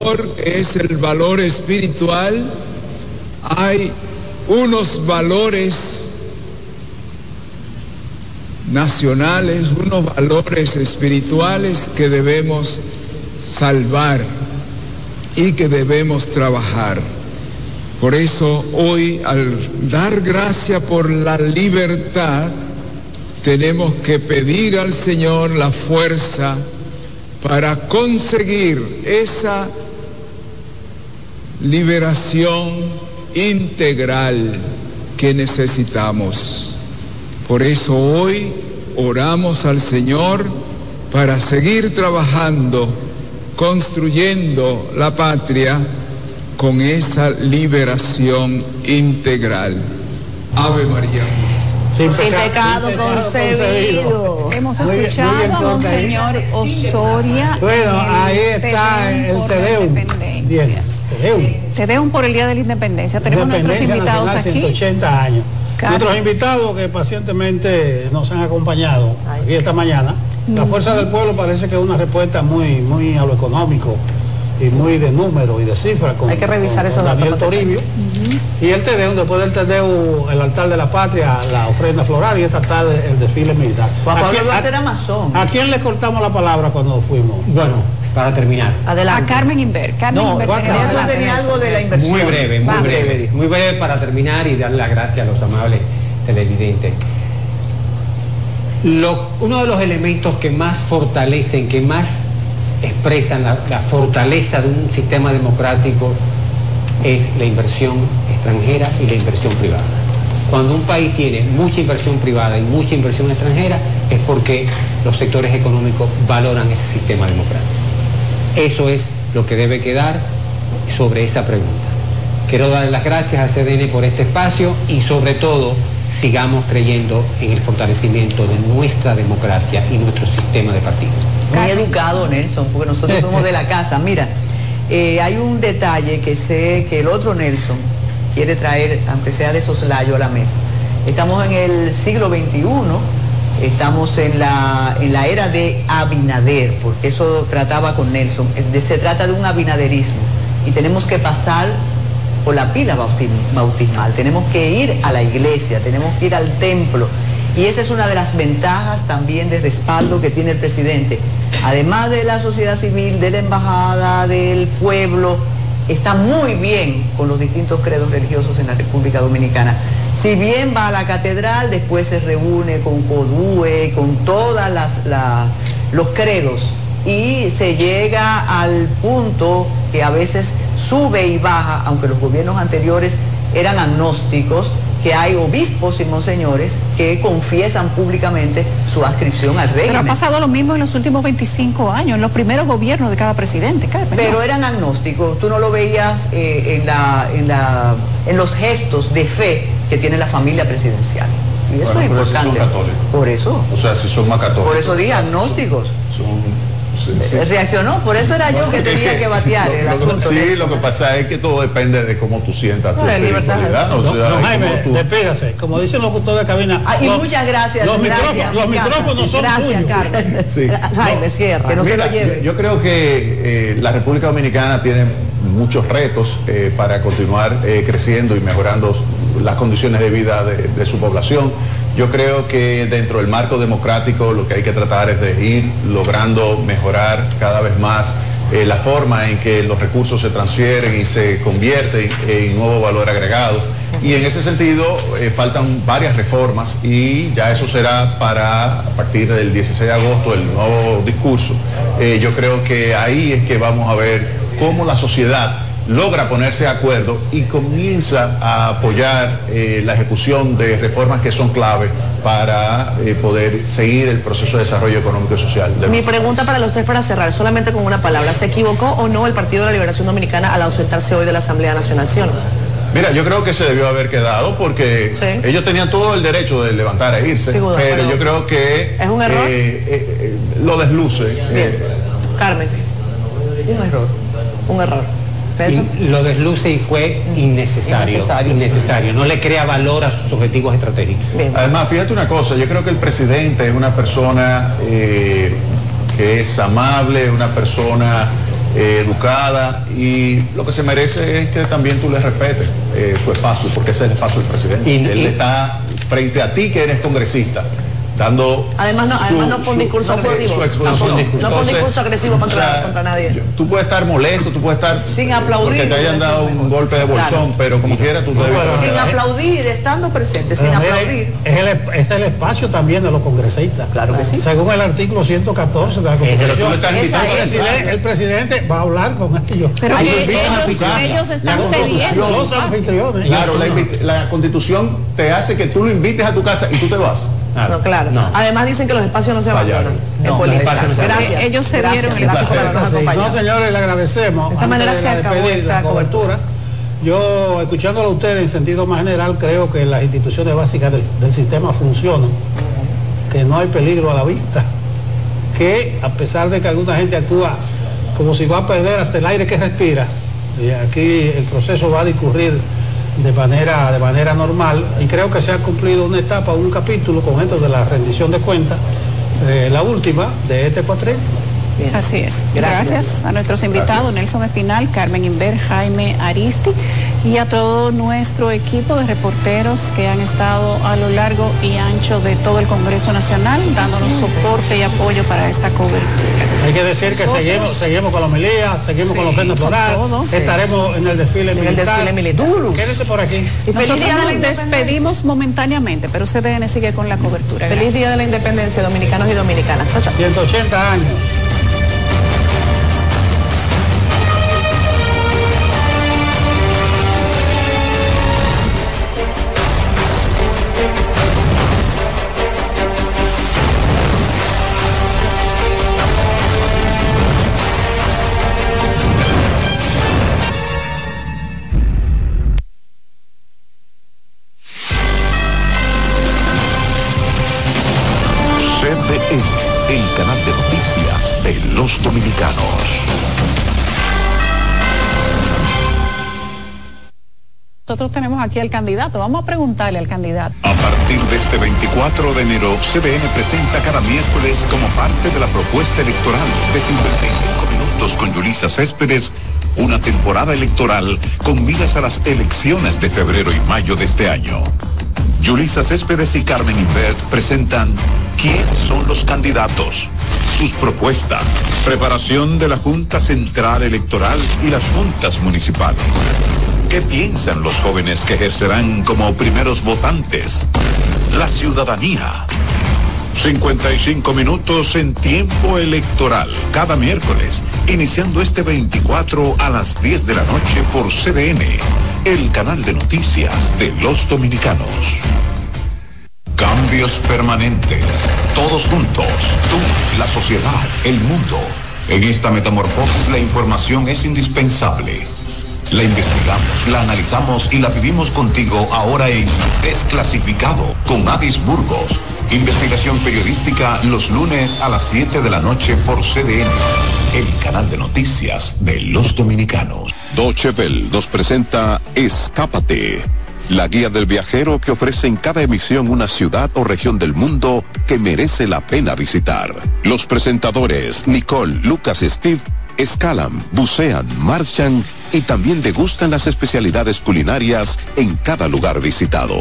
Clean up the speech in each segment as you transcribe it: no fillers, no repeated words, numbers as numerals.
que es el valor espiritual, hay unos valores nacionales, unos valores espirituales que debemos salvar y que debemos trabajar. Por eso hoy, al dar gracia por la libertad, tenemos que pedir al Señor la fuerza para conseguir esa liberación integral que necesitamos. Por eso hoy oramos al Señor para seguir trabajando, construyendo la patria con esa liberación integral. Ave María. Sin pecado concebido. Hemos escuchado a Monseñor Osoria. Bueno, ahí está el Tedeum. Bien, Tedeum por el Día de la Independencia. Tenemos nuestros invitados aquí. 180 años. Nuestros invitados que pacientemente nos han acompañado aquí esta mañana. La Fuerza del Pueblo parece que es una respuesta muy a lo económico y muy de número y de cifras. Hay que revisar esos datos. Daniel Toribio. Y el Tedeum, después del Tedeum, el altar de la patria, la ofrenda floral, y esta tarde el desfile militar. Juan Pablo Duarte era masón. ¿A quién le cortamos la palabra cuando fuimos? Bueno, para terminar. Adelante. A Carmen Inver. Eso tenía algo de la inversión. Muy breve para terminar y darle las gracias a los amables televidentes. Uno de los elementos que más fortalecen, que más expresan la fortaleza de un sistema democrático es la inversión extranjera y la inversión privada. Cuando un país tiene mucha inversión privada y mucha inversión extranjera es porque los sectores económicos valoran ese sistema democrático. Eso es lo que debe quedar sobre esa pregunta. Quiero darle las gracias a CDN por este espacio y sobre todo sigamos creyendo en el fortalecimiento de nuestra democracia y nuestro sistema de partidos. Muy educado, Nelson, porque nosotros somos de la casa. Mira, hay un detalle que sé que el otro Nelson quiere traer, aunque sea de soslayo, a la mesa. Estamos en el siglo XXI, estamos en la era de Abinader, porque eso trataba con Nelson. Se trata de un abinaderismo y tenemos que pasar por la pila bautismal, tenemos que ir a la iglesia, tenemos que ir al templo. Y esa es una de las ventajas también de respaldo que tiene el presidente. Además de la sociedad civil, de la embajada, del pueblo, está muy bien con los distintos credos religiosos en la República Dominicana. Si bien va a la catedral, después se reúne con CODUE, con todos los credos, y se llega al punto que a veces sube y baja, aunque los gobiernos anteriores eran agnósticos, que hay obispos y monseñores que confiesan públicamente su adscripción al régimen. Pero ha pasado lo mismo en los últimos 25 años, en los primeros gobiernos de cada presidente. Pero eran agnósticos, tú no lo veías en los gestos de fe que tiene la familia presidencial. Y eso es importante. Si son católicos. Por eso. O sea, si son más católicos. Por eso dije agnósticos. Sí. Reaccionó, por eso era yo que tenía que batear el asunto. Sí, lo que pasa es que todo depende de cómo tú sientas tu espiritualidad. Jaime, despídase, como dicen los locutores de cabina. Y muchas gracias. Los micrófonos son gracias, Carmen. Sí. Jaime, cierra. Que no se lo lleve. Yo creo que la República Dominicana tiene muchos retos para continuar creciendo y mejorando las condiciones de vida de su población. Yo creo que dentro del marco democrático lo que hay que tratar es de ir logrando mejorar cada vez más la forma en que los recursos se transfieren y se convierten en nuevo valor agregado. Y en ese sentido faltan varias reformas y ya eso será para, a partir del 16 de agosto, el nuevo discurso. Yo creo que ahí es que vamos a ver cómo la sociedad logra ponerse de acuerdo y comienza a apoyar la ejecución de reformas que son clave para poder seguir el proceso de desarrollo económico y social. Mi pregunta para los tres, para cerrar, solamente con una palabra: ¿se equivocó o no el Partido de la Liberación Dominicana al ausentarse hoy de la Asamblea Nacional? ¿Sí o no? Mira, yo creo que se debió haber quedado porque ellos tenían todo el derecho de levantar e irse, pero yo creo que ¿es un error? Lo desluce. Bien. Carmen, un error. Lo desluce y fue innecesario. No le crea valor a sus objetivos estratégicos. Bien. Además, fíjate una cosa, yo creo que el presidente es una persona que es amable, una persona educada, y lo que se merece es que también tú le respetes su espacio, porque ese es el espacio del presidente. Él está frente a ti, que eres congresista, dando... Además no fue un discurso agresivo. No fue un discurso agresivo contra nadie. Tú puedes estar molesto, tú puedes estar... Sin aplaudir. Porque te hayan dado un golpe de bolsón, claro, pero como quiera tú debes... Sin aplaudir, estando presente, sin aplaudir. Es el espacio también de los congresistas. Claro que sí. Según el artículo 114 de la Constitución, el presidente va a hablar con ellos. Pero ellos están cediendo. Los anfitriones. Claro, la Constitución te hace que tú lo invites a tu casa y tú te vas. No, claro. No. Además dicen que los espacios no se abandonan. Gracias. Ellos se dieron el espacio por habernos acompañado. No, señores, le agradecemos. De esta manera se acabó esta cobertura. Yo, escuchándolo a ustedes en sentido más general, creo que las instituciones básicas del sistema funcionan, que no hay peligro a la vista, que a pesar de que alguna gente actúa como si va a perder hasta el aire que respira, y aquí el proceso va a discurrir de manera normal, y creo que se ha cumplido una etapa, un capítulo con esto de la rendición de cuentas, la última de este cuatrenio. Bien. Así es. Gracias a nuestros invitados, Nelson Espinal, Carmen Inver, Jaime Aristi, y a todo nuestro equipo de reporteros que han estado a lo largo y ancho de todo el Congreso Nacional, dándonos soporte y apoyo para esta cobertura. Hay que decir que seguimos con la homilía, seguimos con los ofrendas florales, estaremos en el desfile militar. Quédense por aquí. Y nosotros nos despedimos momentáneamente, pero CDN sigue con la cobertura. Feliz Día de la Independencia, dominicanos y dominicanas. Chao, chao. 180 años. El canal de noticias de los dominicanos. Nosotros tenemos aquí al candidato, vamos a preguntarle al candidato. A partir de este 24 de enero, CDN presenta cada miércoles como parte de la propuesta electoral de 55 minutos con Yulisa Céspedes, una temporada electoral con miras a las elecciones de febrero y mayo de este año. Yulisa Céspedes y Carmen Invert presentan ¿quiénes son los candidatos? Sus propuestas, preparación de la Junta Central Electoral y las juntas municipales. ¿Qué piensan los jóvenes que ejercerán como primeros votantes? La ciudadanía. 55 minutos en tiempo electoral, cada miércoles, iniciando este 24 a las 10 de la noche por CDN, el canal de noticias de los dominicanos. Cambios permanentes, todos juntos, tú, la sociedad, el mundo. En esta metamorfosis la información es indispensable. La investigamos, la analizamos y la vivimos contigo ahora en Desclasificado con Adis Burgos. Investigación periodística los lunes a las 7 de la noche por CDN, el canal de noticias de los dominicanos. Deutsche Welle nos presenta Escápate, la guía del viajero que ofrece en cada emisión una ciudad o región del mundo que merece la pena visitar. Los presentadores Nicole, Lucas, Steve escalan, bucean, marchan y también degustan las especialidades culinarias en cada lugar visitado.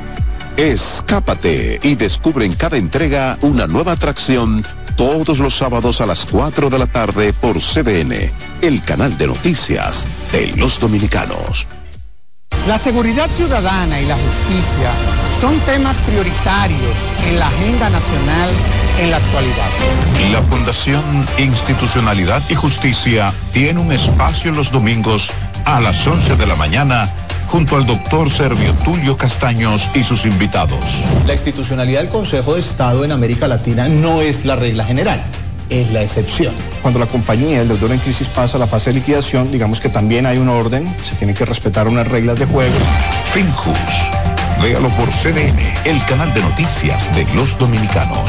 Escápate y descubre en cada entrega una nueva atracción todos los sábados a las 4 de la tarde por CDN, el canal de noticias de los dominicanos. La seguridad ciudadana y la justicia son temas prioritarios en la agenda nacional en la actualidad. La Fundación Institucionalidad y Justicia tiene un espacio los domingos a las 11 de la mañana junto al doctor Servio Tulio Castaños y sus invitados. La institucionalidad del Consejo de Estado en América Latina no es la regla general, es la excepción. Cuando la compañía, el deudor en crisis, pasa a la fase de liquidación, digamos que también hay un orden, se tienen que respetar unas reglas de juego. Finjus, véalo por CDN, el canal de noticias de los dominicanos.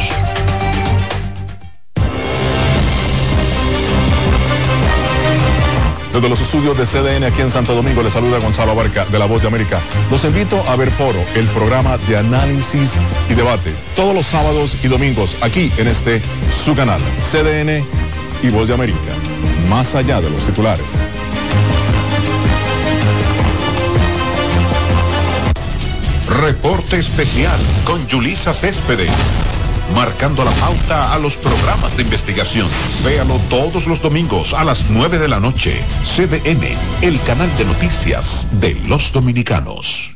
Desde los estudios de CDN aquí en Santo Domingo les saluda Gonzalo Abarca de La Voz de América. Los invito a ver Foro, el programa de análisis y debate, todos los sábados y domingos aquí en su canal, CDN y Voz de América. más allá de los titulares. Reporte especial con Yulisa Céspedes. Marcando la pauta a los programas de investigación. Véalo todos los domingos a las 9 de la noche. CDN, el canal de noticias de los dominicanos.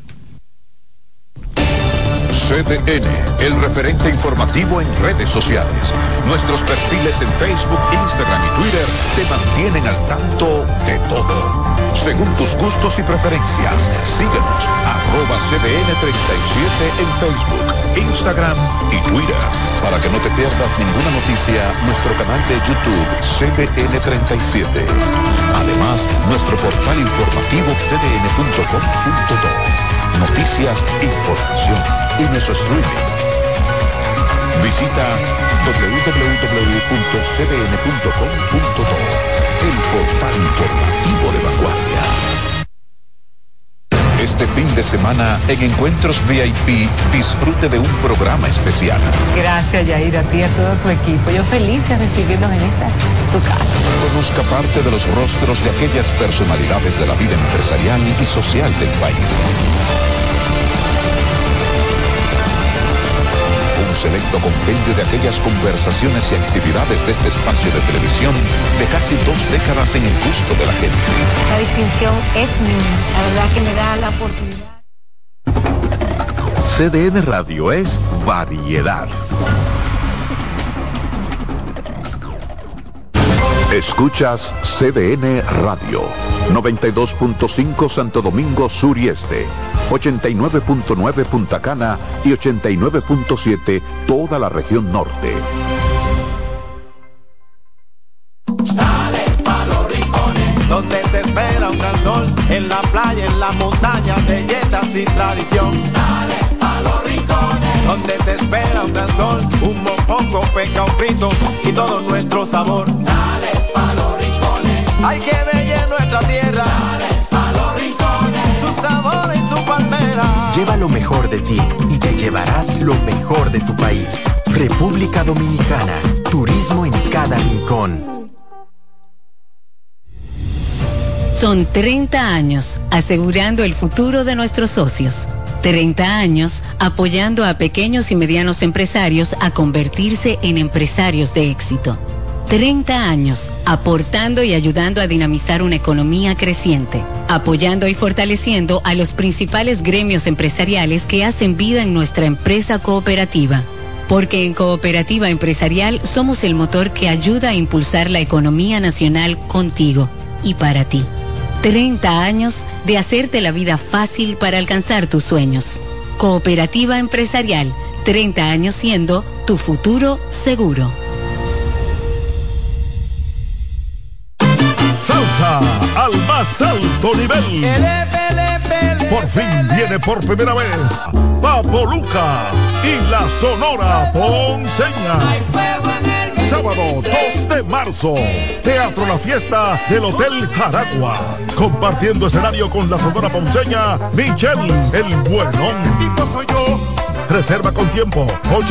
CDN, el referente informativo en redes sociales. Nuestros perfiles en Facebook, Instagram y Twitter te mantienen al tanto de todo. Según tus gustos y preferencias, síguenos @CDN37 en Facebook, Instagram y Twitter. Para que no te pierdas ninguna noticia, nuestro canal de YouTube CDN37. Además, nuestro portal informativo cdn.com.do. Noticias, información y nuestro streaming. Visita www.cdn.com.do, el portal informativo de Vanguardia. Este fin de semana, en Encuentros VIP, disfrute de un programa especial. Gracias, Yair, a ti y a todo tu equipo. Yo feliz de recibirlos en tu casa. Conozca parte de los rostros de aquellas personalidades de la vida empresarial y social del país. Un selecto compendio de aquellas conversaciones y actividades de este espacio de televisión de casi 2 décadas en el gusto de la gente. La distinción es mía, la verdad que me da la oportunidad. CDN Radio es variedad. Escuchas CDN Radio, 92.5 Santo Domingo Sur y Este, 89.9 Punta Cana y 89.7 toda la región norte. Dale pa' los rincones, donde te espera un gran sol, en la playa, en la montaña, belletas y tradición. Dale pa' los rincones, donde te espera un gran sol, un mopongo, peca, un frito y todo nuestro sabor. Dale pa' los rincones, hay que ver nuestra tierra. Dale pa' los rincones, su sabor y su palmera. Lleva lo mejor de ti y te llevarás lo mejor de tu país. República Dominicana, turismo en cada rincón. Son 30 años asegurando el futuro de nuestros socios. 30 años apoyando a pequeños y medianos empresarios a convertirse en empresarios de éxito. 30 años aportando y ayudando a dinamizar una economía creciente, apoyando y fortaleciendo a los principales gremios empresariales que hacen vida en nuestra empresa cooperativa. Porque en Cooperativa Empresarial somos el motor que ayuda a impulsar la economía nacional contigo y para ti. 30 años de hacerte la vida fácil para alcanzar tus sueños. Cooperativa Empresarial, 30 años siendo tu futuro seguro. Salsa al más alto nivel. Por fin viene por primera vez Papo Luca y la Sonora Ponceña. Sábado 2 de marzo, Teatro La Fiesta del Hotel Jaragua. Compartiendo escenario con la Sonora Ponceña, Michelle El Buenón. Reserva con tiempo,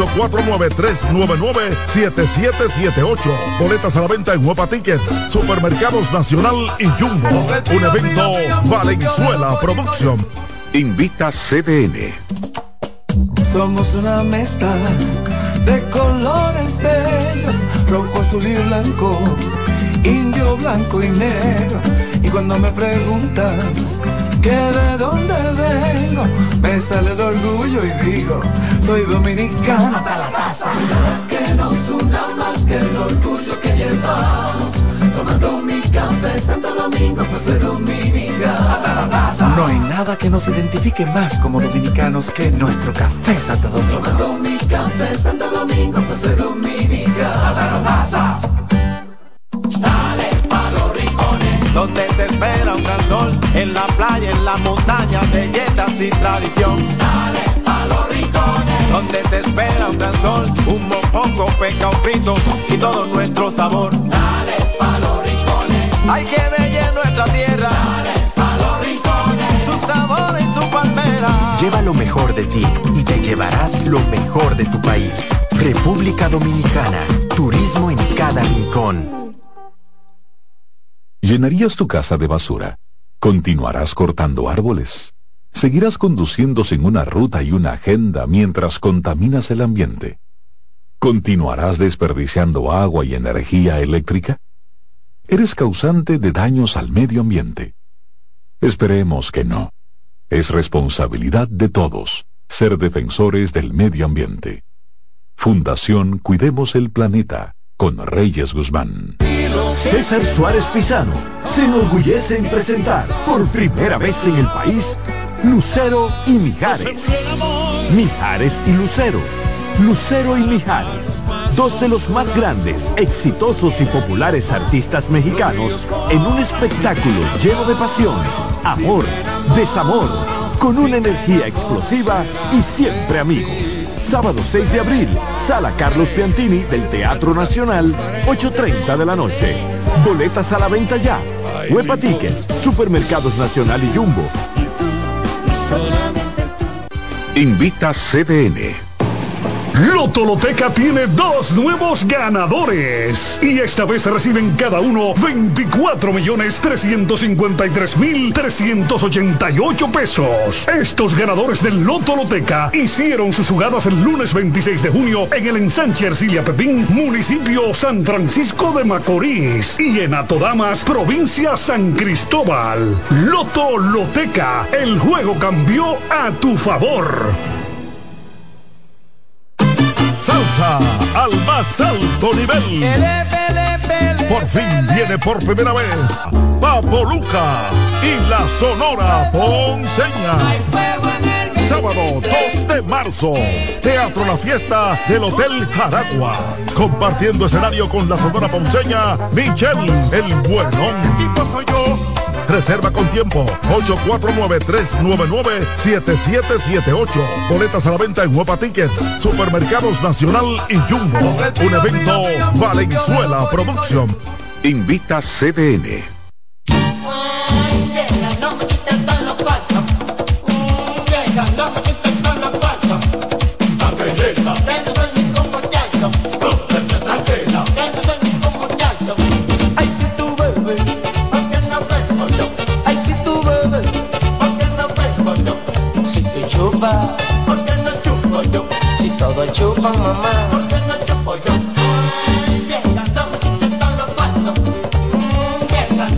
849-399-7778. Boletas a la venta en Huepa Tickets, Supermercados Nacional y Jumbo. Un evento Valenzuela Producción. Invita CDN. Somos una mezcla de colores bellos, rojo, azul y blanco, indio, blanco y negro. Y cuando me preguntan que de dónde vengo, me sale el orgullo y digo, soy dominicano hasta la taza. Que nos una más que el orgullo que llevamos, tomando mi café Santo Domingo, pues soy dominicano hasta la taza. No hay nada que nos identifique más como dominicanos que nuestro café Santo Domingo. Tomando mi café Santo Domingo, pues soy dominicano hasta la taza. Dale pa' los rincones, donde te espera un gran sol, en la playa, en la montaña, belletas y tradición. Dale pa' los rincones, donde te espera un gran sol, un mopongo, peca, un frito y todo nuestro sabor. Dale pa' los rincones, hay que ver nuestra tierra. Dale pa' los rincones, su sabor y su palmera. Lleva lo mejor de ti y te llevarás lo mejor de tu país. República Dominicana, turismo en cada rincón. ¿Llenarías tu casa de basura? ¿Continuarás cortando árboles? ¿Seguirás conduciendo sin una ruta y una agenda mientras contaminas el ambiente? ¿Continuarás desperdiciando agua y energía eléctrica? ¿Eres causante de daños al medio ambiente? Esperemos que no. Es responsabilidad de todos ser defensores del medio ambiente. Fundación Cuidemos el Planeta, con Reyes Guzmán. César Suárez Pisano se enorgullece en presentar por primera vez en el país Lucero y Mijares. Mijares y Lucero. Lucero y Mijares, dos de los más grandes, exitosos y populares artistas mexicanos en un espectáculo lleno de pasión, amor, desamor, con una energía explosiva y siempre amigos. Sábado 6 de abril, Sala Carlos Piantini del Teatro Nacional, 8:30 de la noche. Boletas a la venta ya. Huepa Tickets, Supermercados Nacional y Jumbo. Invita CDN. Lotoloteca tiene 2 nuevos ganadores y esta vez reciben cada uno 24.353.388 pesos. Estos ganadores del Lotoloteca hicieron sus jugadas el lunes 26 de junio en el ensanche Ercilia Pepín, municipio San Francisco de Macorís, y en Atodamas, provincia San Cristóbal. Lotoloteca, el juego cambió a tu favor. Salsa al más alto nivel. Por fin viene por primera vez Papo Luca y la Sonora Ponceña. Sábado 2 de marzo, Teatro La Fiesta del Hotel Jaragua. Compartiendo escenario con la Sonora Ponceña, Michelle el Buenón. Reserva con tiempo, 849-399-7778. Boletas a la venta en Huepa Tickets, Supermercados Nacional y Jumbo. Un evento Valenzuela Producción. Invita CDN. ¿Por qué no chupo yo? Si todos chupan, mamá, ¿por qué no chupo yo? Llegando, están los cuartos. Llegando,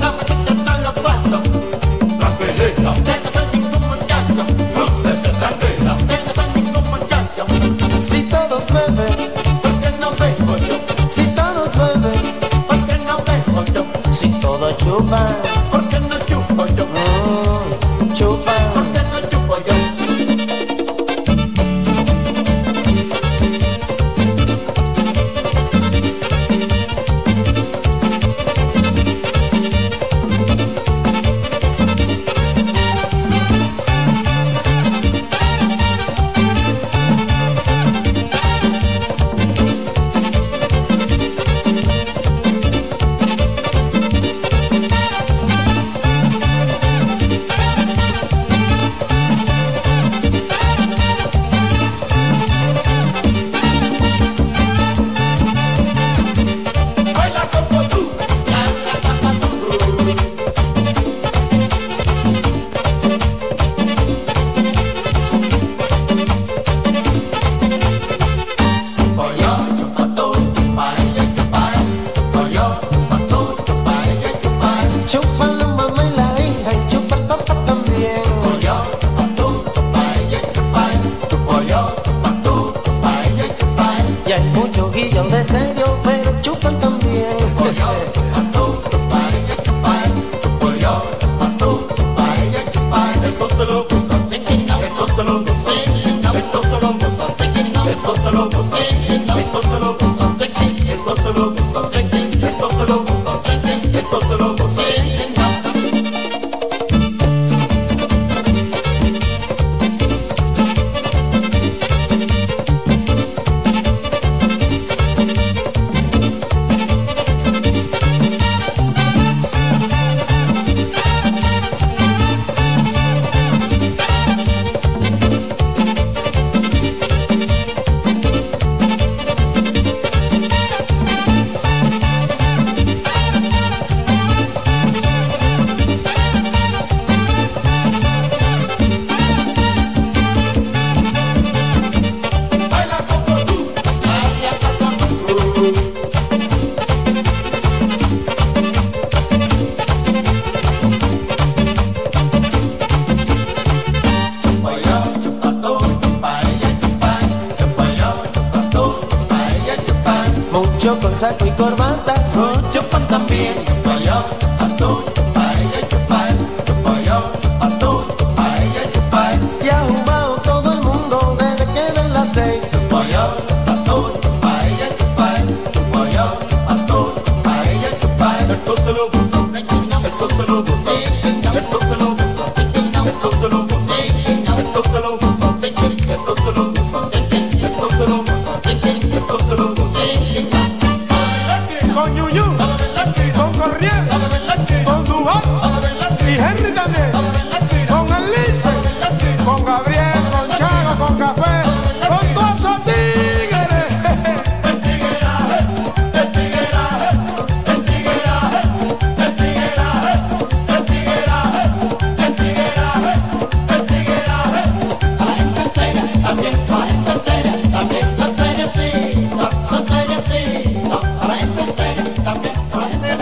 saco y corbata. No chupan también, chupa yo, a tú, chupa ella, chupa él, chupa yo, a tú, chupa ella, chupa él. Y ha jugado todo el mundo desde que eran las 6. Chupa yo, a tú, chupa ella, chupa él, chupa yo, a tú, chupa ella, chupa él. Esto se lo puso, esto se lo puso, esto se lo puso, esto se lo puso, esto se lo puso, esto se lo puso, esto se lo puso, esto se lo puso. Con Yuyu, con Corriel, con Dubán y Henry también, con Alice, con Gabriel, con Chano, con Café, con todos esos tigres. El tigueraje, el tigueraje, el tigueraje, el tigueraje, el tigueraje, el tigueraje, el tigueraje. A la gente seria, también, a la gente seria, también, no seria sí, no seria sí, no, a la gente seria, también, a la gente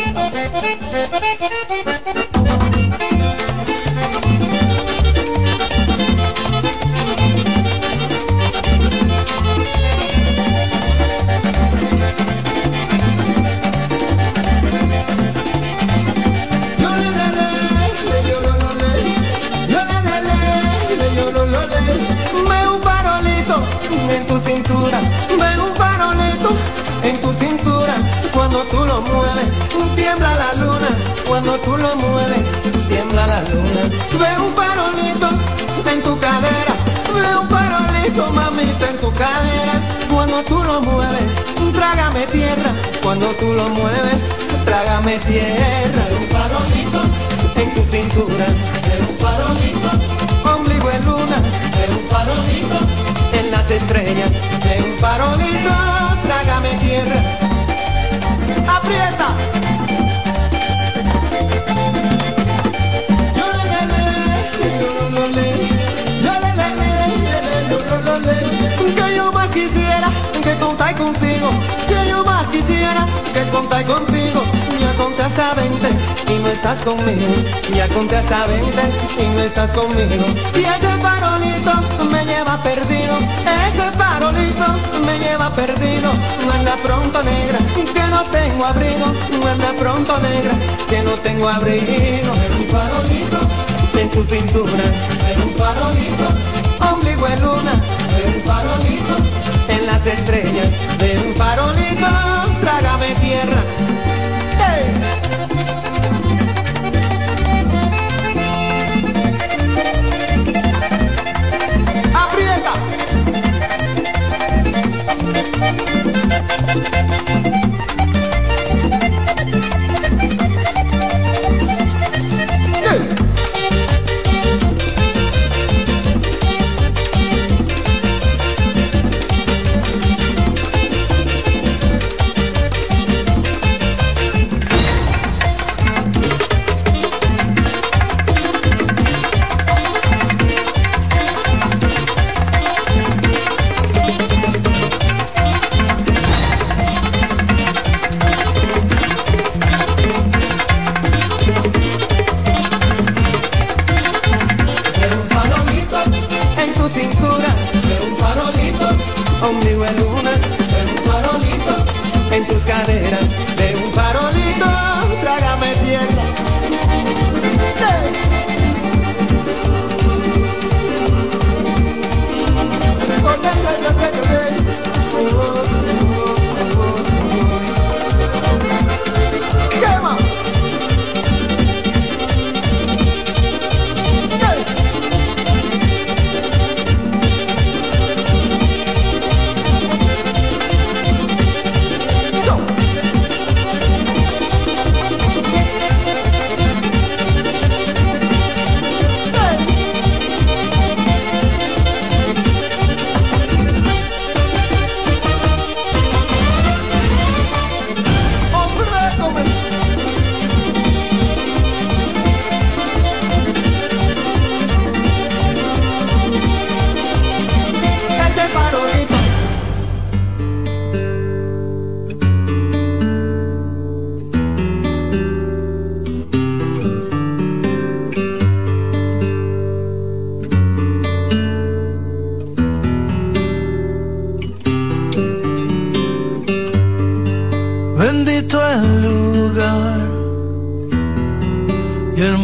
Ve un farolito en tu cintura, ve un farolito en tu cintura. Cuando tú lo mueves, tiembla la luna. Cuando tú lo mueves, tiembla la luna. Ve un farolito en tu cadera, ve un farolito, mamita, en tu cadera. Cuando tú lo mueves, trágame tierra. Cuando tú lo mueves, trágame tierra. Ve un farolito en tu cintura, ve un farolito, ombligo en luna, ve un farolito en las estrellas, ve un farolito, trágame tierra. Aprieta. Que yo más quisiera que contar contigo, que yo más quisiera que contar contigo. Ya conté hasta 20 y no estás conmigo, ya conté hasta 20 y no estás conmigo. Y ese farolito me lleva perdido, ese farolito me lleva perdido. Anda pronto negra, que no tengo abrigo, anda pronto negra, que no tengo abrigo. Un farolito en tu cintura, un farolito, ombligo en luna, un farolito en las estrellas, un farolito, trágame tierra. ¡Hey! ¡Aprieta!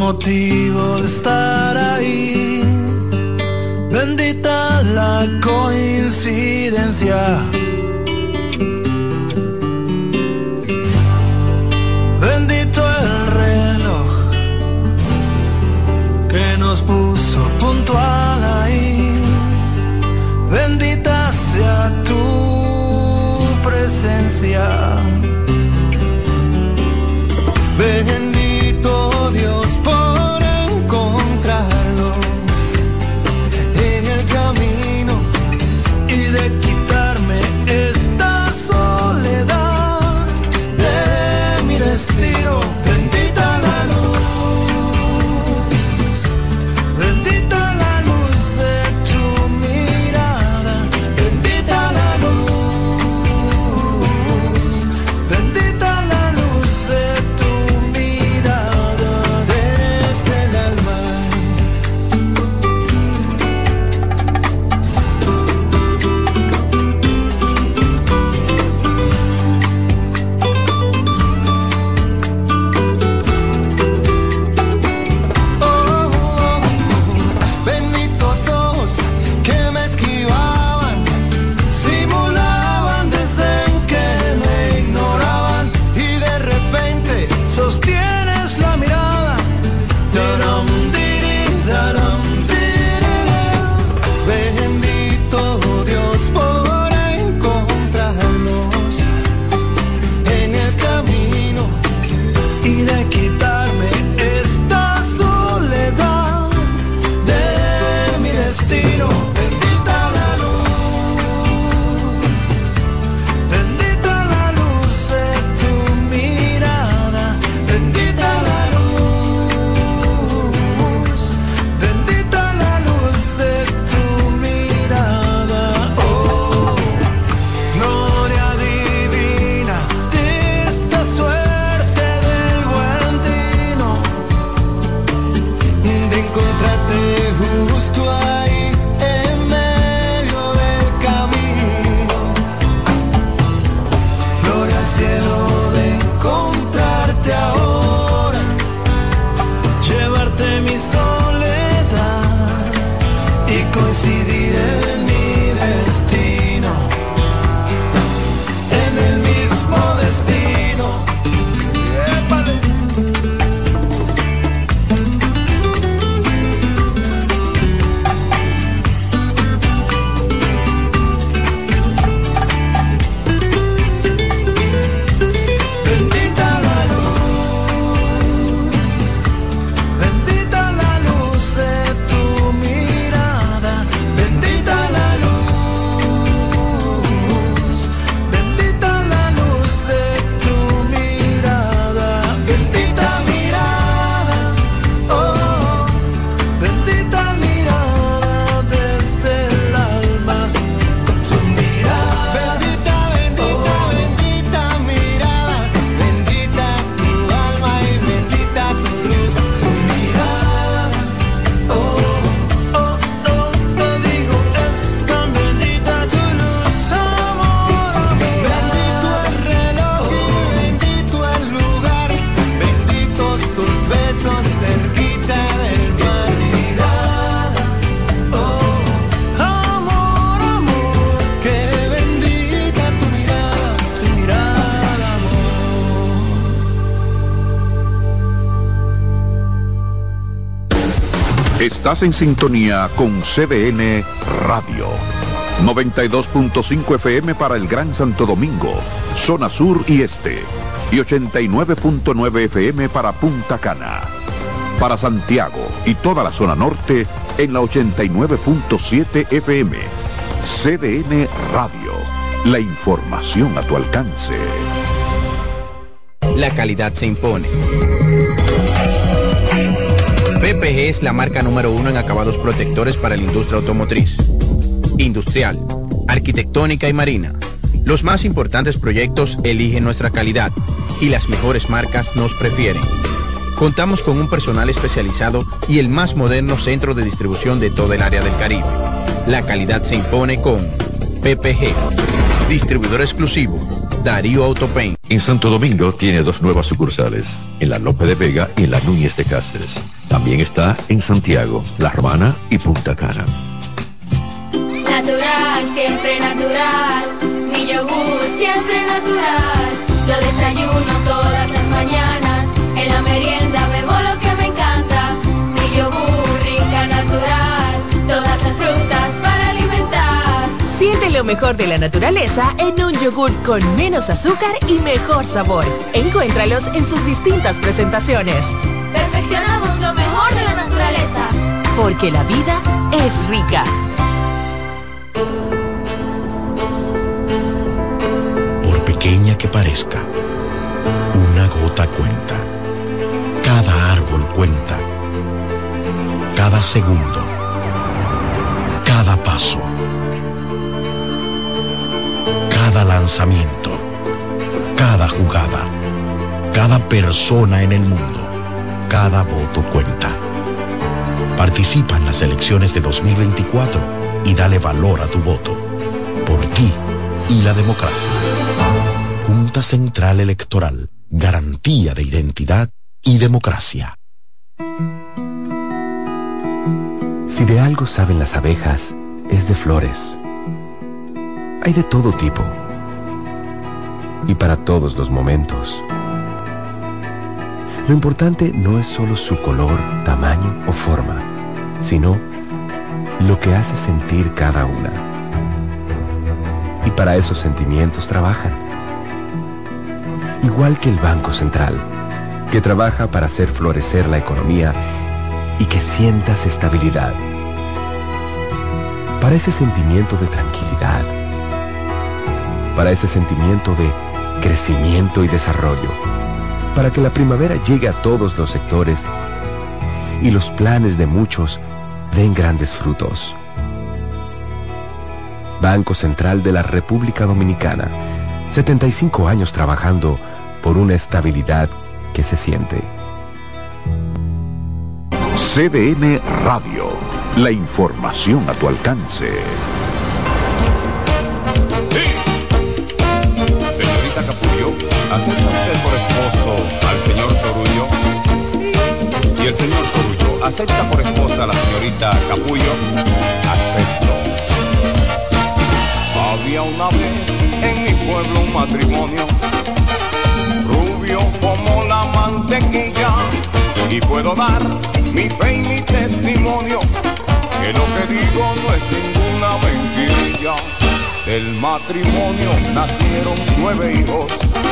motivo de estar ahí. Bendita la coincidencia. Bendito el reloj que nos puso puntual ahí. Bendita sea tu presencia. Bendito Dios por encontrarnos en el camino y de quitarme esta soledad de mi destino. Bendita la luz, bendita la luz de tu mirada, bendita la luz, bendita la luz de tu mirada desde el alma. Benditos ojos que me esquivaban, simulaban desdén que me ignoraban y de repente sostienes la mirada. Taram, diri, taram, diriri. Bendito Dios por encontrarnos en el camino y de quitarme esta soledad de mi destino. Bendita la luz, bendita la luz de tu mirada, bendita la luz, bendita la luz de tu mirada. Oh, gloria divina de esta suerte del buen dino, de encontrarte justo ahí en medio del camino. Gloria al cielo de encontrarte ahora, llevarte mi soledad y coincidir en mi destino, en el mismo destino. ¡Épale! Bendita la luz, bendita la luz de tu mirada, bendita la luz, bendita la luz de tu mirada, bendita mirada, oh, bendita mirada desde el alma, tu mirada, bendita, bendita, bendita mirada, bendita tu alma y bendita tu luz, tu mirada, oh, oh, oh, te digo, es tan bendita tu luz, amor, bendito el reloj y bendito el lugar, benditos tus besos cerquita del mar, mirada, oh, amor, amor, que bendita tu mirada, amor. Estás en sintonía con CDN Radio. 92.5 FM para el Gran Santo Domingo, zona sur y este. Y 89.9 FM para Punta Cana. Para Santiago y toda la zona norte en la 89.7 FM. CDN Radio. La información a tu alcance. La calidad se impone. PPG es la marca número 1 en acabados protectores para la industria automotriz, industrial, arquitectónica y marina. Los más importantes proyectos eligen nuestra calidad y las mejores marcas nos prefieren. Contamos con un personal especializado y el más moderno centro de distribución de todo el área del Caribe. La calidad se impone con PPG. Distribuidor exclusivo, Darío Autopaint. En Santo Domingo tiene 2 nuevas sucursales, en la Lope de Vega y en la Núñez de Cáceres. También está en Santiago, La Romana y Punta Cana. Natural, siempre natural. Mi yogur siempre natural. Lo desayuno todas las mañanas. En la merienda bebo lo que me encanta. Mi yogur rica natural. Todas las frutas para alimentar. Siente lo mejor de la naturaleza en un yogur con menos azúcar y mejor sabor. Encuéntralos en sus distintas presentaciones. Perfeccionamos lo mejor de la naturaleza. Porque la vida es rica. Pequeña que parezca, una gota cuenta. Cada árbol cuenta. Cada segundo. Cada paso. Cada lanzamiento. Cada jugada. Cada persona en el mundo. Cada voto cuenta. Participa en las elecciones de 2024 y dale valor a tu voto. Por ti y la democracia. Junta Central Electoral, garantía de identidad y democracia. Si de algo saben las abejas, es de flores. Hay de todo tipo y para todos los momentos. Lo importante no es solo su color, tamaño o forma, sino lo que hace sentir cada una. Y para esos sentimientos trabajan. Igual que el Banco Central, que trabaja para hacer florecer la economía y que sientas estabilidad. Para ese sentimiento de tranquilidad. Para ese sentimiento de crecimiento y desarrollo. Para que la primavera llegue a todos los sectores y los planes de muchos den grandes frutos. Banco Central de la República Dominicana. 75 años trabajando por una estabilidad que se siente. CDN Radio. La información a tu alcance. Señorita Capullo, ¿acepta usted por esposo al señor Sorullo? Sí. ¿Y el señor Sorullo acepta por esposa a la señorita Capullo? Acepto. Había una vez en mi pueblo un matrimonio, rubio como la mantequilla, y puedo dar mi fe y mi testimonio, que lo que digo no es ninguna mentirilla. Del matrimonio nacieron 9 hijos,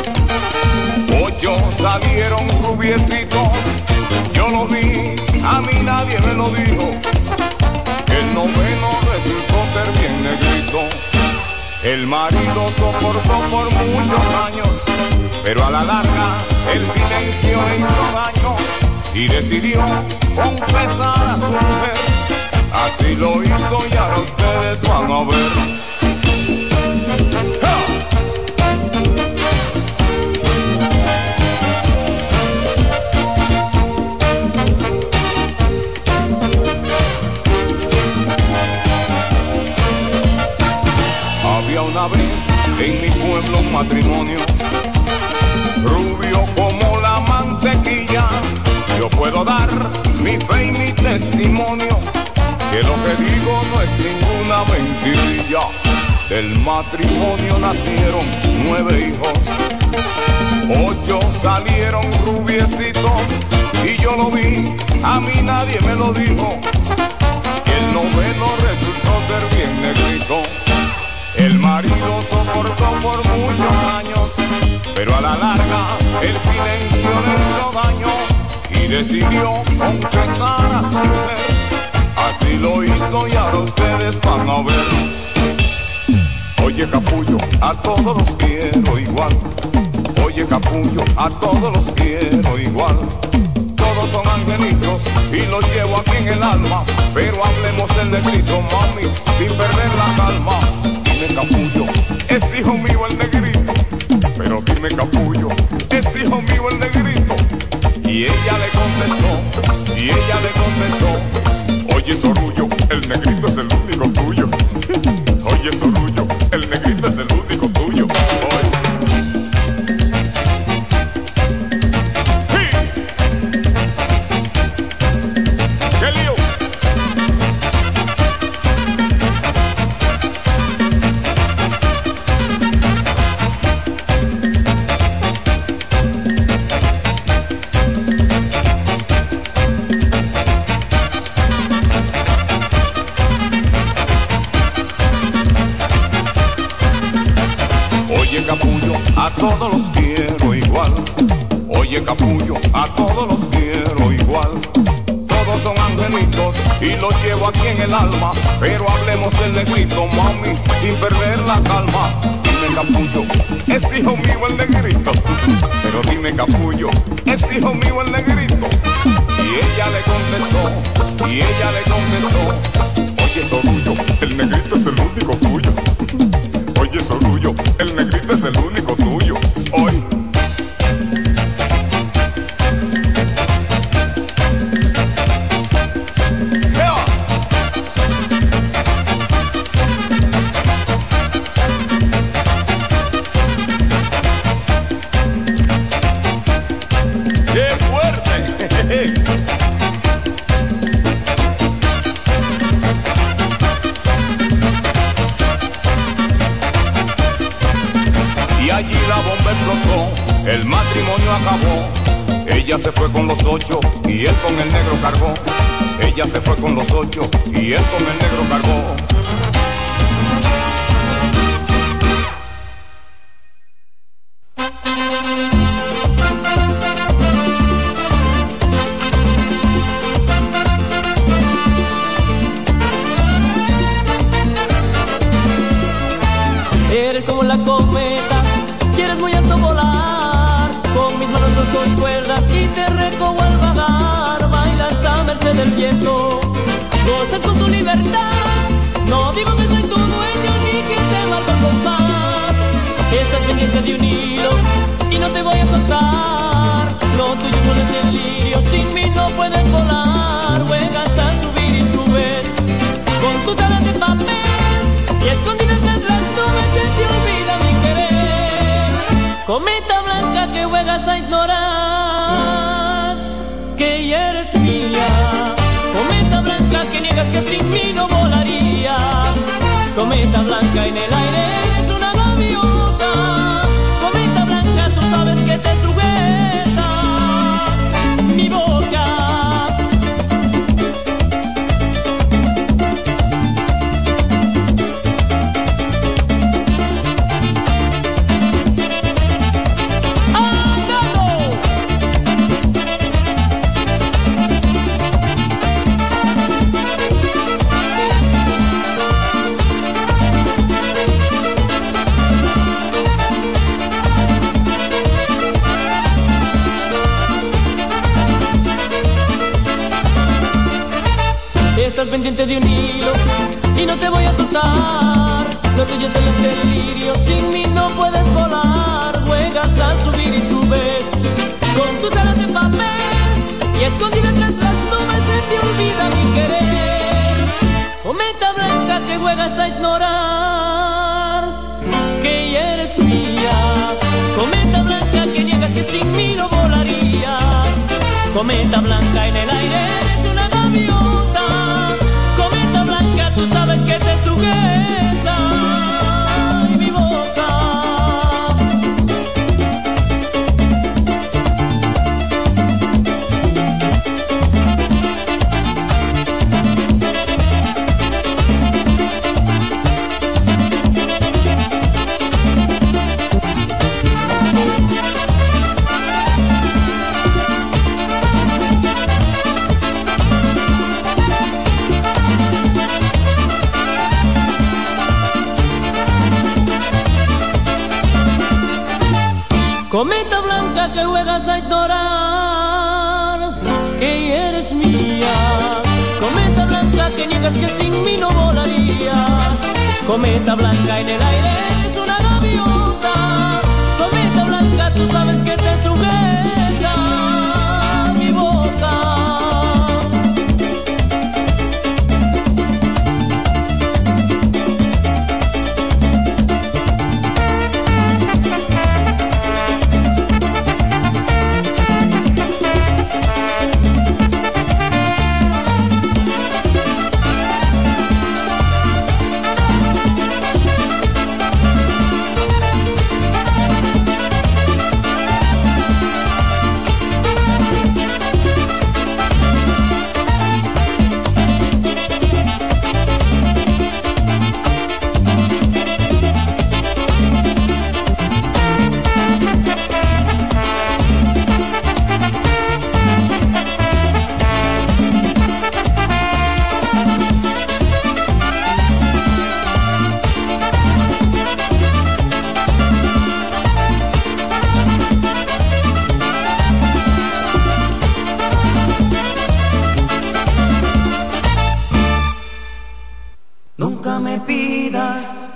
8 salieron rubiecitos. Yo lo vi, a mí nadie me lo dijo, que el noveno resultó ser bien negrito. El marido soportó por muchos años, pero a la larga el silencio le hizo daño y decidió confesar a su mujer. Así lo hizo y ahora ustedes van a ver. Había una vez en mi pueblo un matrimonio, rubio como la mantequilla. Yo puedo dar mi fe y mi testimonio, que lo que digo no es ninguna mentirilla. Del matrimonio nacieron 9 hijos, 8 salieron rubiecitos, y yo lo vi, a mí nadie me lo dijo, que el noveno resultó ser bien negrito. El marido soportó por muchos años, pero a la larga el silencio le hizo daño y decidió confesar a su mujer. Así lo hizo y ahora ustedes van a ver. Oye capullo, a todos los quiero igual. Oye capullo, a todos los quiero igual. Todos son angelitos y los llevo aquí en el alma, pero hablemos del negrito, mami, sin perder la calma. Dime capullo, es hijo mío el negrito, pero dime capullo, es hijo mío el negrito. Y ella le contestó, oye Sorullo, el negrito es el único tuyo. Oye Sorullo, el negrito es el único tuyo. todos los quiero igual. Oye capullo, a todos los quiero igual. Todos son angelitos y los llevo aquí en el alma. Pero hablemos del negrito, mami, sin perder la calma. Dime capullo, es hijo mío el negrito. Pero dime capullo, es hijo mío el negrito. Y ella le contestó, oye Sorullo, el negrito es el único tuyo. Oye Sorullo, el negrito es el único tuyo. Hoy. El matrimonio acabó, ella se fue con los 8 y él con el negro cargó. Ella se fue con los 8 y él con el negro cargó. Eres como la cometa, quieres muy alto volar, con mis manos con cuerdas y te recojo al vagar. Bailas a merced del viento, gozas con tu libertad. No digo que soy tu dueño ni que te valgo con más. Estás pendiente de un hilo y no te voy a soltar. Lo tuyo son los delirios, sin mí no puedes volar. Juegas a subir y subes con tus alas de papel y escondidas tras las nubes se te olvida mi querer. Cometa blanca que juegas a ignorar que ya eres mía. Cometa blanca que niegas que sin mí no volarías. Cometa blanca en el aire eres una gaviota. Cometa blanca tú sabes que te sujeta mi boca. Estás pendiente de un hilo y no te voy a soltar. Lo tuyo son los delirios, sin mí no puedes volar. Juegas a subir y subes con tus alas de papel y escondidas tras las nubes se te olvida mi querer. Cometa blanca que juegas a ignorar que ya eres mía. Cometa blanca que niegas que sin mí no volarías. Cometa blanca en el aire eres una gaviota. Cometa blanca tú sabes que te sujeta mi boca. Cometa blanca que juegas a ignorar que eres mía. Cometa blanca que niegas que sin mí no volarías. Cometa blanca en el aire eres una gaviota. Cometa blanca tú sabes que te sujeta mi boca.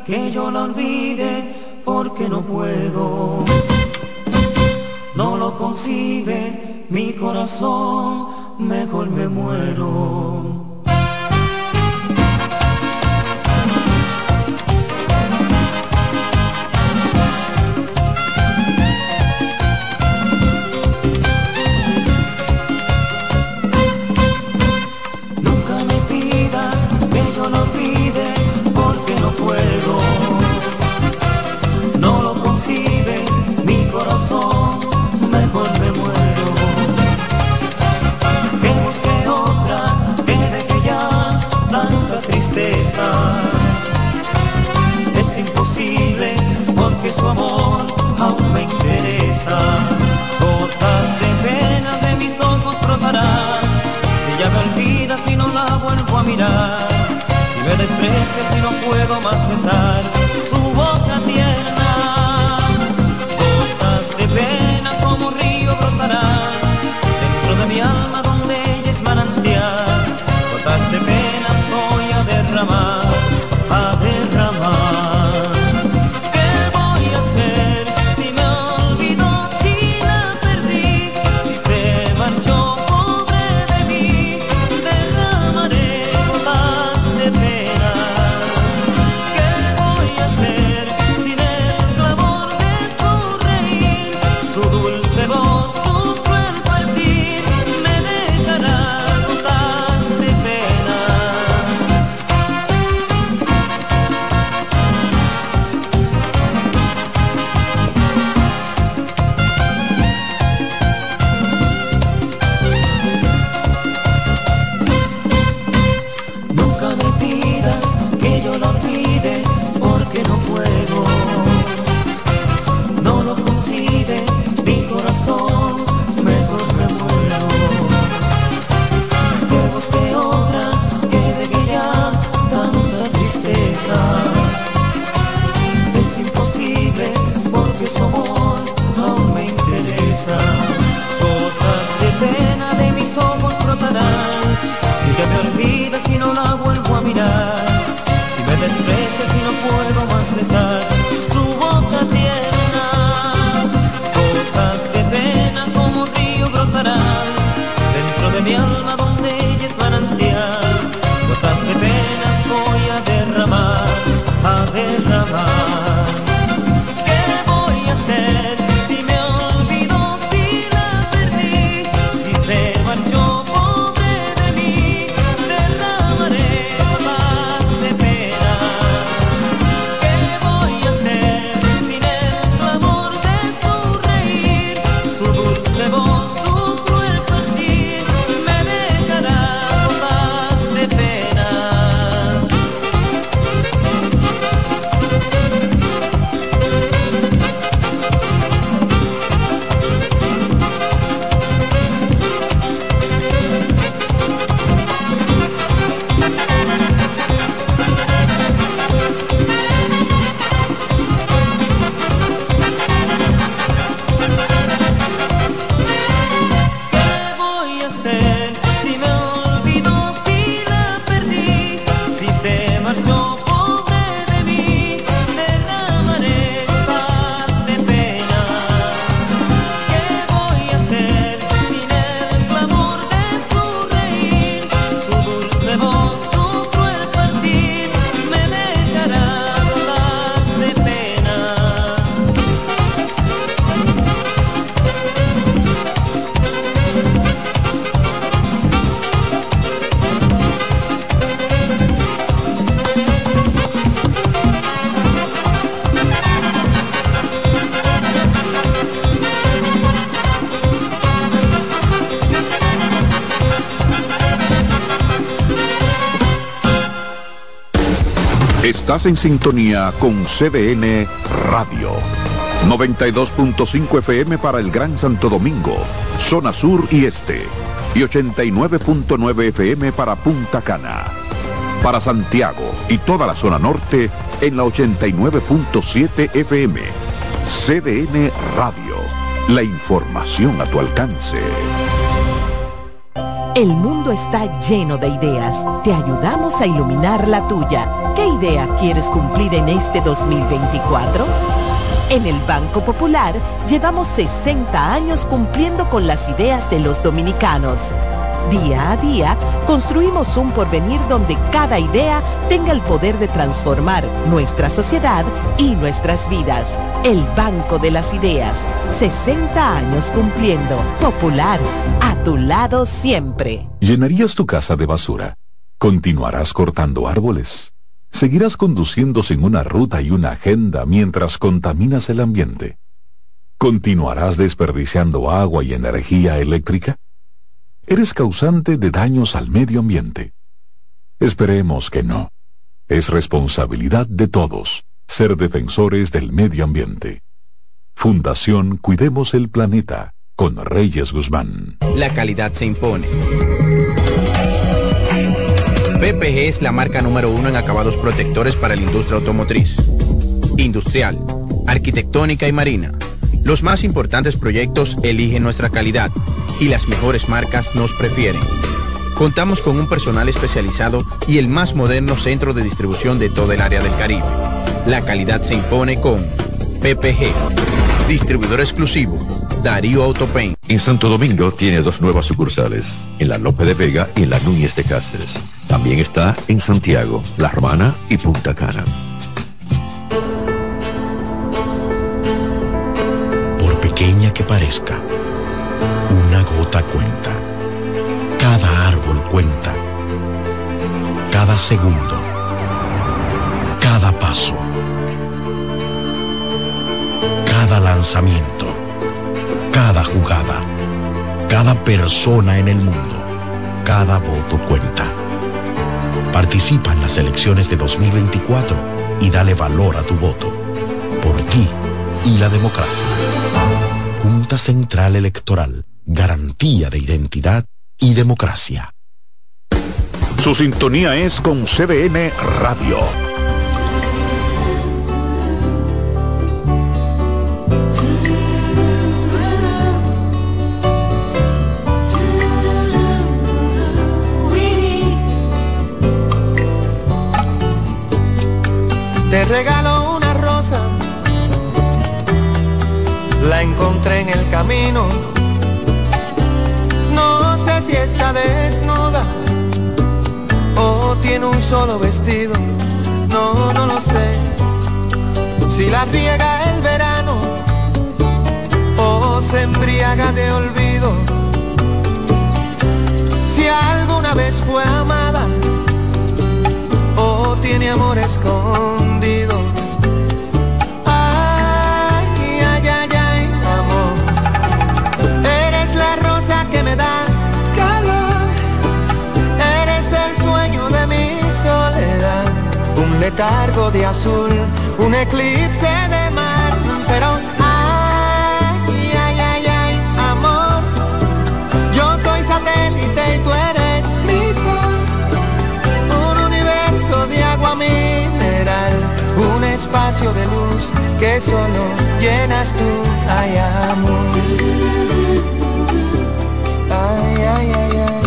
que yo la olvide porque no puedo. No lo concibe mi corazón, mejor me muero. Nunca me pidas que yo lo olvide porque no puedo. No lo concibe mi corazón, mejor me muero. Que busque otra, que deje ya tanta tristeza. Es imposible porque su amor aún me interesa. Gotas de pena de mis ojos brotarán. Si ella me olvida, si no la vuelvo a mirar. Si me desprecia, si no puedo más besar su boca tierna. Gotas de pena como río brotarán dentro de mi alma donde ella es manantial. Gotas de pena voy a derramar, a derramar. ¿Qué voy a hacer si me olvidó, si la perdí? Si se marchó pobre de mí, derramaré gotas de pena. ¿Qué voy a hacer sin el clamor de tu reír? Su dulce voz, su cruel partir, me dejará gotas de pena. Nunca me pidas que yo la olvide porque no puedo. No lo concibe mi corazón, mejor me muero. Que busque otra, que deje ya tanta tristeza. Es imposible porque su amor aún me interesa. Gotas de pena de mis ojos brotarán. Si ella me olvida, si no la vuelvo a mirar. Si me desprecia, si no puedo más besar su boca tierna. Gotas de pena como río brotarán dentro de mi alma donde ella es manantial. Gotas de penas voy a derramar, a derramar. ¿Qué voy a hacer si me olvidó, si la perdí? Si se marchó pobre de mí, derramaré gotas de pena. ¿Qué voy a hacer sin el clamor de su reír? Su dulce voz, su cruel partir, me dejará gotas de pena. ¿Qué voy a hacer si me olvidó, si la perdí? Si se marchó pobre de mí, derramaré gotas de pena. ¿Qué voy a hacer sin el clamor de su reír? Su dulce voz, su cruel partir, me dejará gotas de pena. Estás en sintonía con CDN Radio. 92.5 FM para el Gran Santo Domingo, zona sur y este. Y 89.9 FM para Punta Cana. Para Santiago y toda la zona norte en la 89.7 FM. CDN Radio. La información a tu alcance. El mundo está lleno de ideas. Te ayudamos a iluminar la tuya. ¿Qué idea quieres cumplir en este 2024? En el Banco Popular llevamos 60 años cumpliendo con las ideas de los dominicanos. Día a día, construimos un porvenir donde cada idea tenga el poder de transformar nuestra sociedad y nuestras vidas. El Banco de las Ideas, 60 años cumpliendo. Popular, a tu lado siempre. ¿Llenarías tu casa de basura? ¿Continuarás cortando árboles? ¿Seguirás conduciendo sin una ruta y una agenda mientras contaminas el ambiente? ¿Continuarás desperdiciando agua y energía eléctrica? ¿Eres causante de daños al medio ambiente? Esperemos que no. Es responsabilidad de todos ser defensores del medio ambiente. Fundación Cuidemos el Planeta, con Reyes Guzmán. La calidad se impone. PPG es la marca número 1 en acabados protectores para la industria automotriz, industrial, arquitectónica y marina. Los más importantes proyectos eligen nuestra calidad y las mejores marcas nos prefieren. Contamos con un personal especializado y el más moderno centro de distribución de toda el área del Caribe. La calidad se impone con PPG. Distribuidor exclusivo, Darío Autopain. En Santo Domingo tiene 2 nuevas sucursales, en la Lope de Vega y en la Núñez de Cáceres. También está en Santiago, La Romana y Punta Cana. Por pequeña que parezca, una gota cuenta. Cada árbol cuenta. Cada segundo. Cada paso. Cada lanzamiento. Cada jugada. Cada persona en el mundo. Cada voto cuenta. Participa en las elecciones de 2024 y dale valor a tu voto. Por ti y la democracia. Junta Central Electoral. Garantía de identidad y democracia. Su sintonía es con CDN Radio. Te regalo una rosa, la encontré en el camino. No sé si está desnuda o tiene un solo vestido. No, no lo sé. Si la riega el verano o se embriaga de olvido. Si alguna vez fue amada o tiene amor escondido. Ay, ay, ay, ay, amor. Eres la rosa que me da calor. Eres el sueño de mi soledad. Un letargo de azul, un eclipse de mar. Pero ay, ay, ay, ay, amor. Yo soy satélite y tú eres mi sol. De agua mineral, un espacio de luz que solo llenas tú. Ay, amor. Ay, ay, ay, ay.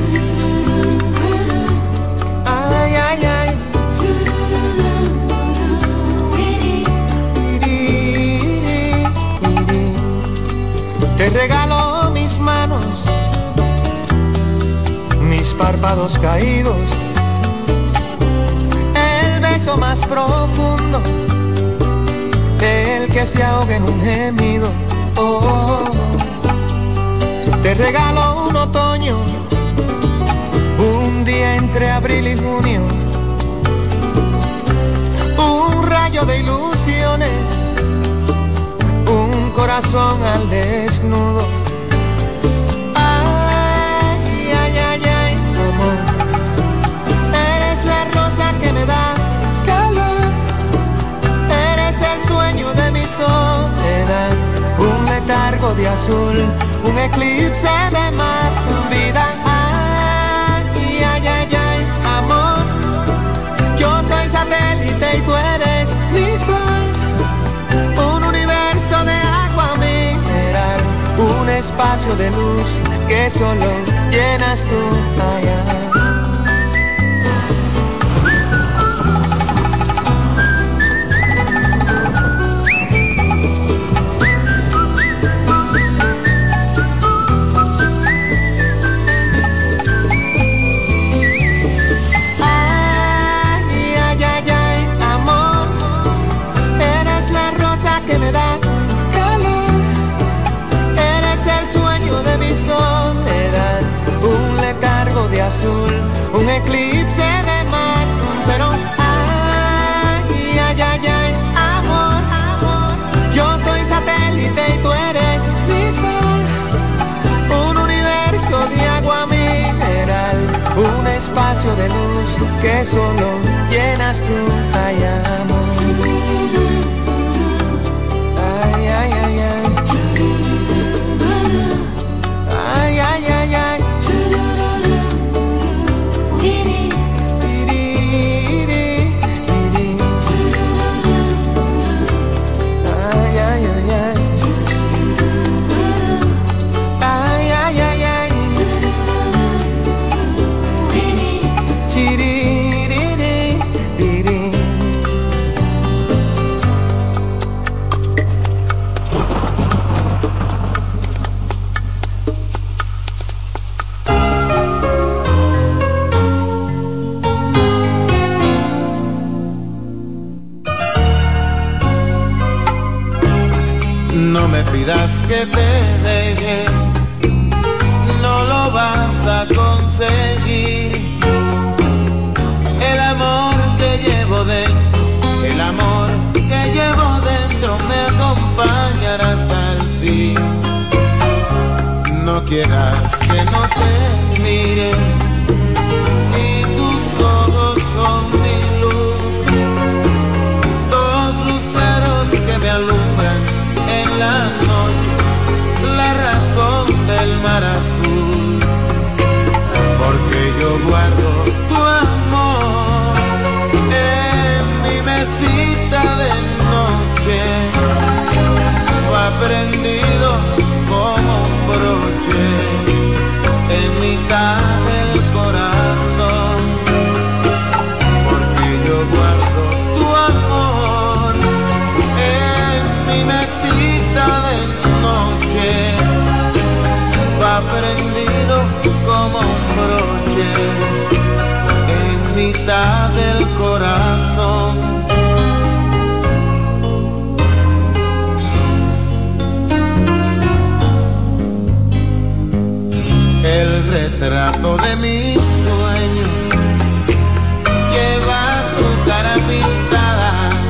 Ay, ay, ay. Te regalo mis manos, mis párpados caídos, más profundo, el que se ahoga en un gemido. Oh, te regalo un otoño, un día entre abril y junio, un rayo de ilusiones, un corazón al desnudo. Ay, ay, ay, ay, amor. Eres la rosa que me da soledad, un letargo de azul, un eclipse de mar, vida. Ay, ay, ay, ay, amor. Yo soy satélite y tú eres mi sol. Un universo de agua mineral, un espacio de luz que solo llenas tú allá. Un eclipse de mar, pero ay, ay, ay, ay, amor, amor. Yo soy satélite y tú eres mi sol. Un universo de agua mineral, un espacio de luz que solo llenas tú, ay, amor. Ay, ay, ay, ay. Ay, ay, ay, ay. Que te deje, no lo vas a conseguir. El amor que llevo dentro, el amor que llevo dentro me acompañará hasta el fin. No quieras que no te mire, si tus ojos son mi luz, dos luceros que me alumbran en la noche, la razón del mar azul, porque yo guardo tu amor en mi mesita de noche, va prendido como un broche en mitad del corazón, porque yo guardo tu amor en mi mesita de noche, va prendido como un broche en mitad del corazón. El retrato de mi sueño lleva tu cara pintada.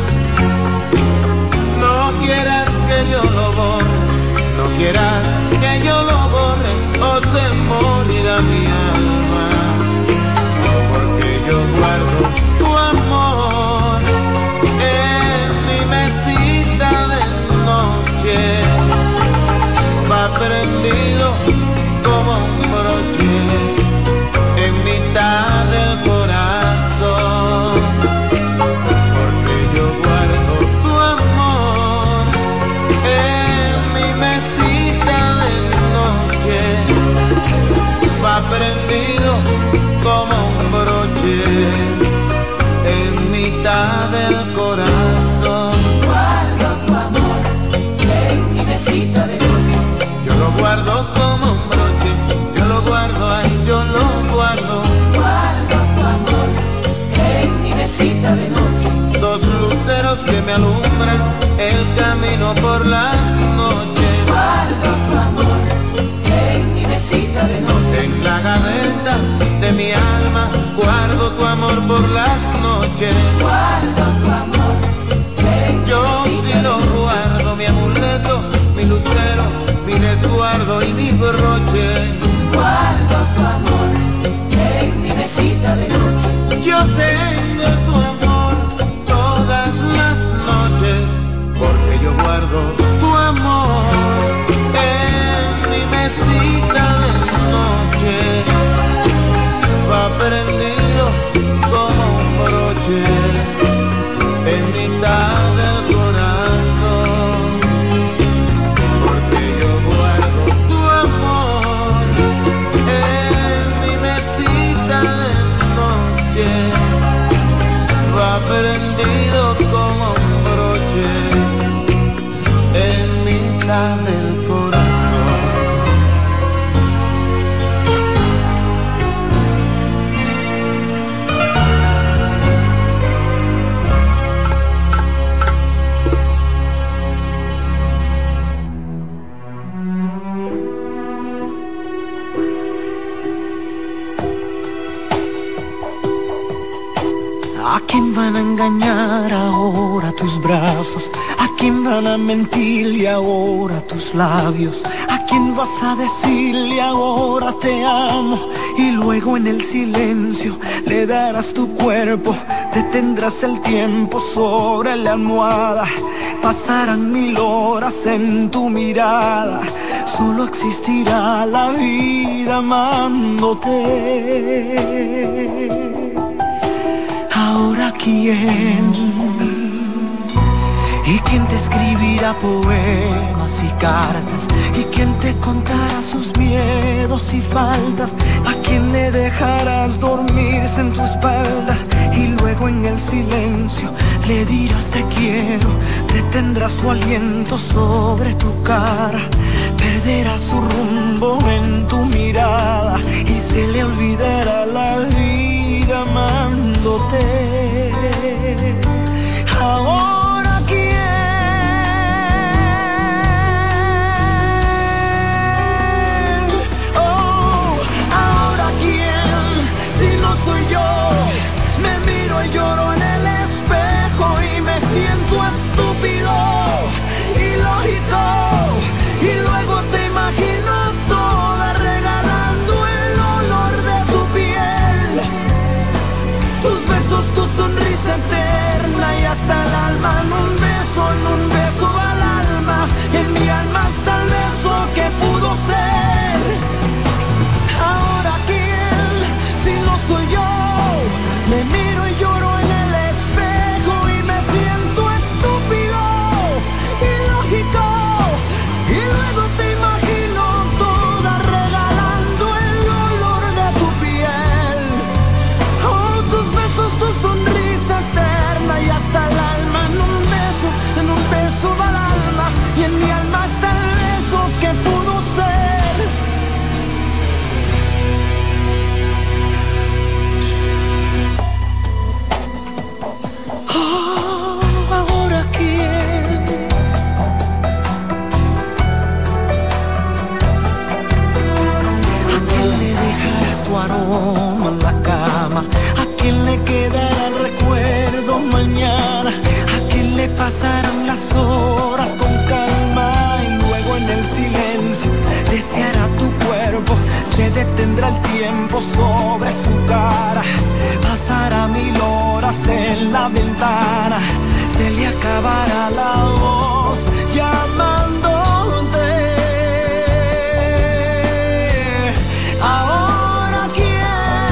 No quieras que yo lo borre, no quieras que yo lo borre, o se morirá mi alma, porque yo guardo tu amor en mi mesita de noche, va prendido como un broche en mitad del corazón, porque yo guardo tu amor en mi mesita de noche, va prendido como un broche en mitad del corazón. Guardo tu amor en mi mesita de noche, yo lo guardo como un broche, yo lo guardo ahí, yo lo guardo. Guardo tu amor en mi mesita de noche, dos luceros que me alumbran el camino por las noches. Guardo tu amor en mi mesita de noche, en la gaveta de mi alma guardo tu amor por las noches. Guardo tu amor en yo sí lo guardo, mi amuleto, mi lucero, mi resguardo y mi broche. Guardo tu amor en mi mesita de noche, yo tengo tu amor todas las noches, porque yo guardo tu amor en mi mesita de noche, va prendido como un broche noche va prendido como un broche en mitad del corazón. ¿A quién van a engañar ahora tus brazos? ¿A quién van a mentirle ahora tus labios? ¿A quién vas a decirle ahora te amo? Y luego en el silencio le darás tu cuerpo, detendrás el tiempo sobre la almohada. Pasarán 1000 horas en tu mirada, solo existirá la vida amándote. Ahora quién, y quién te escribirá poemas y cartas, y quién te contará sus miedos y faltas, a quién le dejarás dormirse en tu espalda, y luego en el silencio le dirás te quiero, detendrás su aliento sobre tu cara, perderás su rumbo en tu mirada, y se le olvidará la vida amándote. Ahora quién, oh, ahora quién, si no soy yo, me miro y lloro en el espejo y me siento estúpido, ilógico, y luego te imagino toda regalando el olor de tu piel, tus besos, tu sonrisa eterna y hasta el alma en un beso va al alma, en mi alma está el beso que pudo ser. Ahora quién, si no soy yo, me miro y lloro en el espejo y me siento estúpido, ilógico, y luego te imagino toda regalando el olor de tu piel, oh, tus besos, tu sonrisa eterna y hasta el alma en un beso va el alma, y en mi alma está el beso que pudo ser. Oh, ahora quién, ¿a quién le dejarás tu aroma en la cama? ¿A quién le quedará el recuerdo mañana? ¿A quién le pasarán las horas con calma? Y luego en el silencio deseará tu cuerpo, se detendrá el tiempo sobre su cara, pasará 1000 horas en la ventana, se le acabará la voz llamándote. Ahora quién,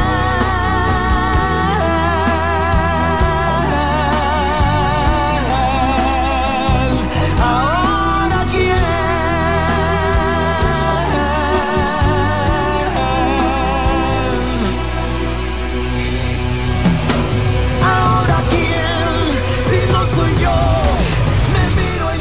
ahora quién, ahora quién, si no soy yo, me miro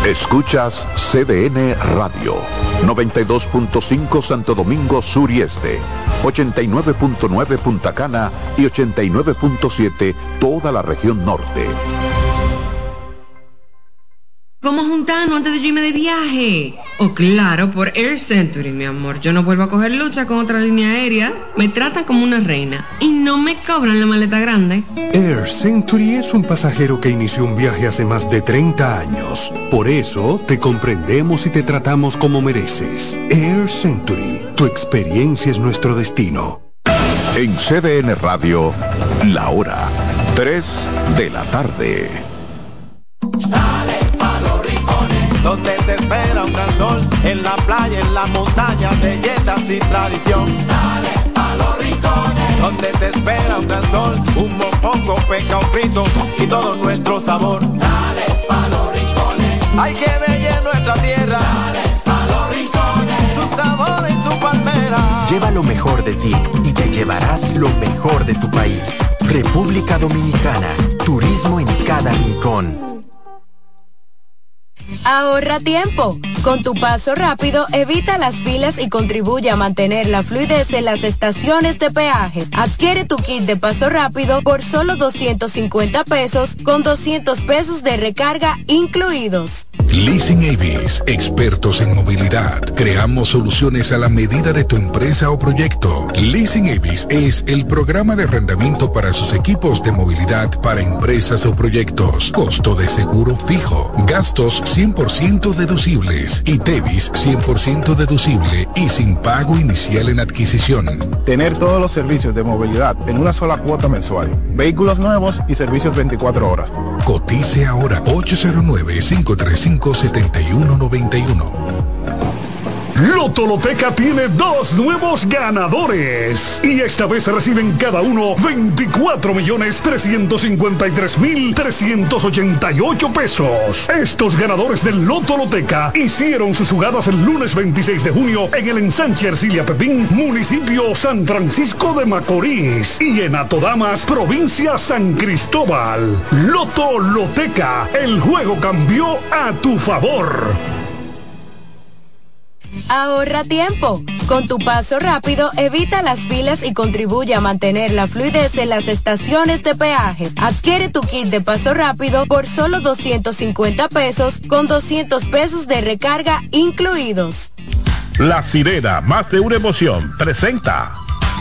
Escuchas CDN Radio, 92.5 Santo Domingo Sur y Este, 89.9 Punta Cana y 89.7 toda la región norte. Vamos a juntarnos antes de yo irme de viaje. Oh, claro, por Air Century, mi amor. Yo no vuelvo a coger lucha con otra línea aérea. Me tratan como una reina y no me cobran la maleta grande. Air Century es un pasajero que inició un viaje hace más de 30 años. Por eso te comprendemos y te tratamos como mereces. Air Century, tu experiencia es nuestro destino. En CDN Radio, la hora 3 de la tarde. Dale pa' los rincones, donde te espera un gran sol, en la playa, en la montaña, belletas y tradición. Dale pa' los rincones, donde te espera un gran sol, un mopongo, peca, un frito y todo nuestro sabor. Dale pa' los rincones, hay que ver nuestra tierra. Dale pa' los rincones, su sabor y su palmera. Lleva lo mejor de ti y te llevarás lo mejor de tu país. República Dominicana, turismo en cada rincón. Ahorra tiempo. Con tu paso rápido, evita las filas y contribuye a mantener la fluidez en las estaciones de peaje. Adquiere tu kit de paso rápido por solo 250 pesos con 200 pesos de recarga incluidos. Leasing Avis, expertos en movilidad. Creamos soluciones a la medida de tu empresa o proyecto. Leasing Avis es el programa de arrendamiento para sus equipos de movilidad para empresas o proyectos. Costo de seguro fijo. Gastos 100% deducibles y TEVIS 100% deducible y sin pago inicial en adquisición. Tener todos los servicios de movilidad en una sola cuota mensual. Vehículos nuevos y servicios 24 horas. Cotice ahora 809-535-7191. Loto Loteca tiene 2 nuevos ganadores y esta vez reciben cada uno 24.353.388 pesos. Estos ganadores del Loto Loteca hicieron sus jugadas el lunes 26 de junio en el ensanche Ercilia Pepín, municipio San Francisco de Macorís, y en Atodamas, provincia San Cristóbal. Loto Loteca, el juego cambió a tu favor. Ahorra tiempo. Con tu paso rápido, evita las filas y contribuye a mantener la fluidez en las estaciones de peaje. Adquiere tu kit de paso rápido por solo 250 pesos con 200 pesos de recarga incluidos. La Sirena, más de una emoción, presenta.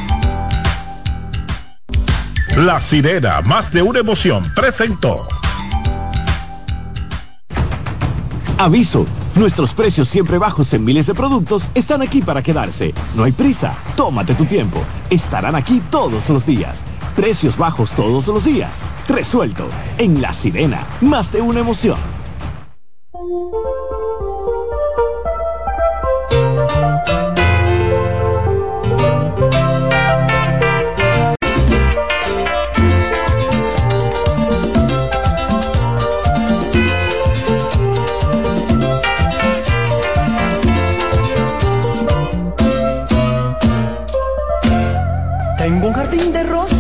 La Sirena, más de una emoción, presentó. Aviso, nuestros precios siempre bajos en miles de productos están aquí para quedarse. No hay prisa, tómate tu tiempo. Estarán aquí todos los días. Precios bajos todos los días. Resuelto. En La Sirena, más de una emoción. Tengo un jardín de rosas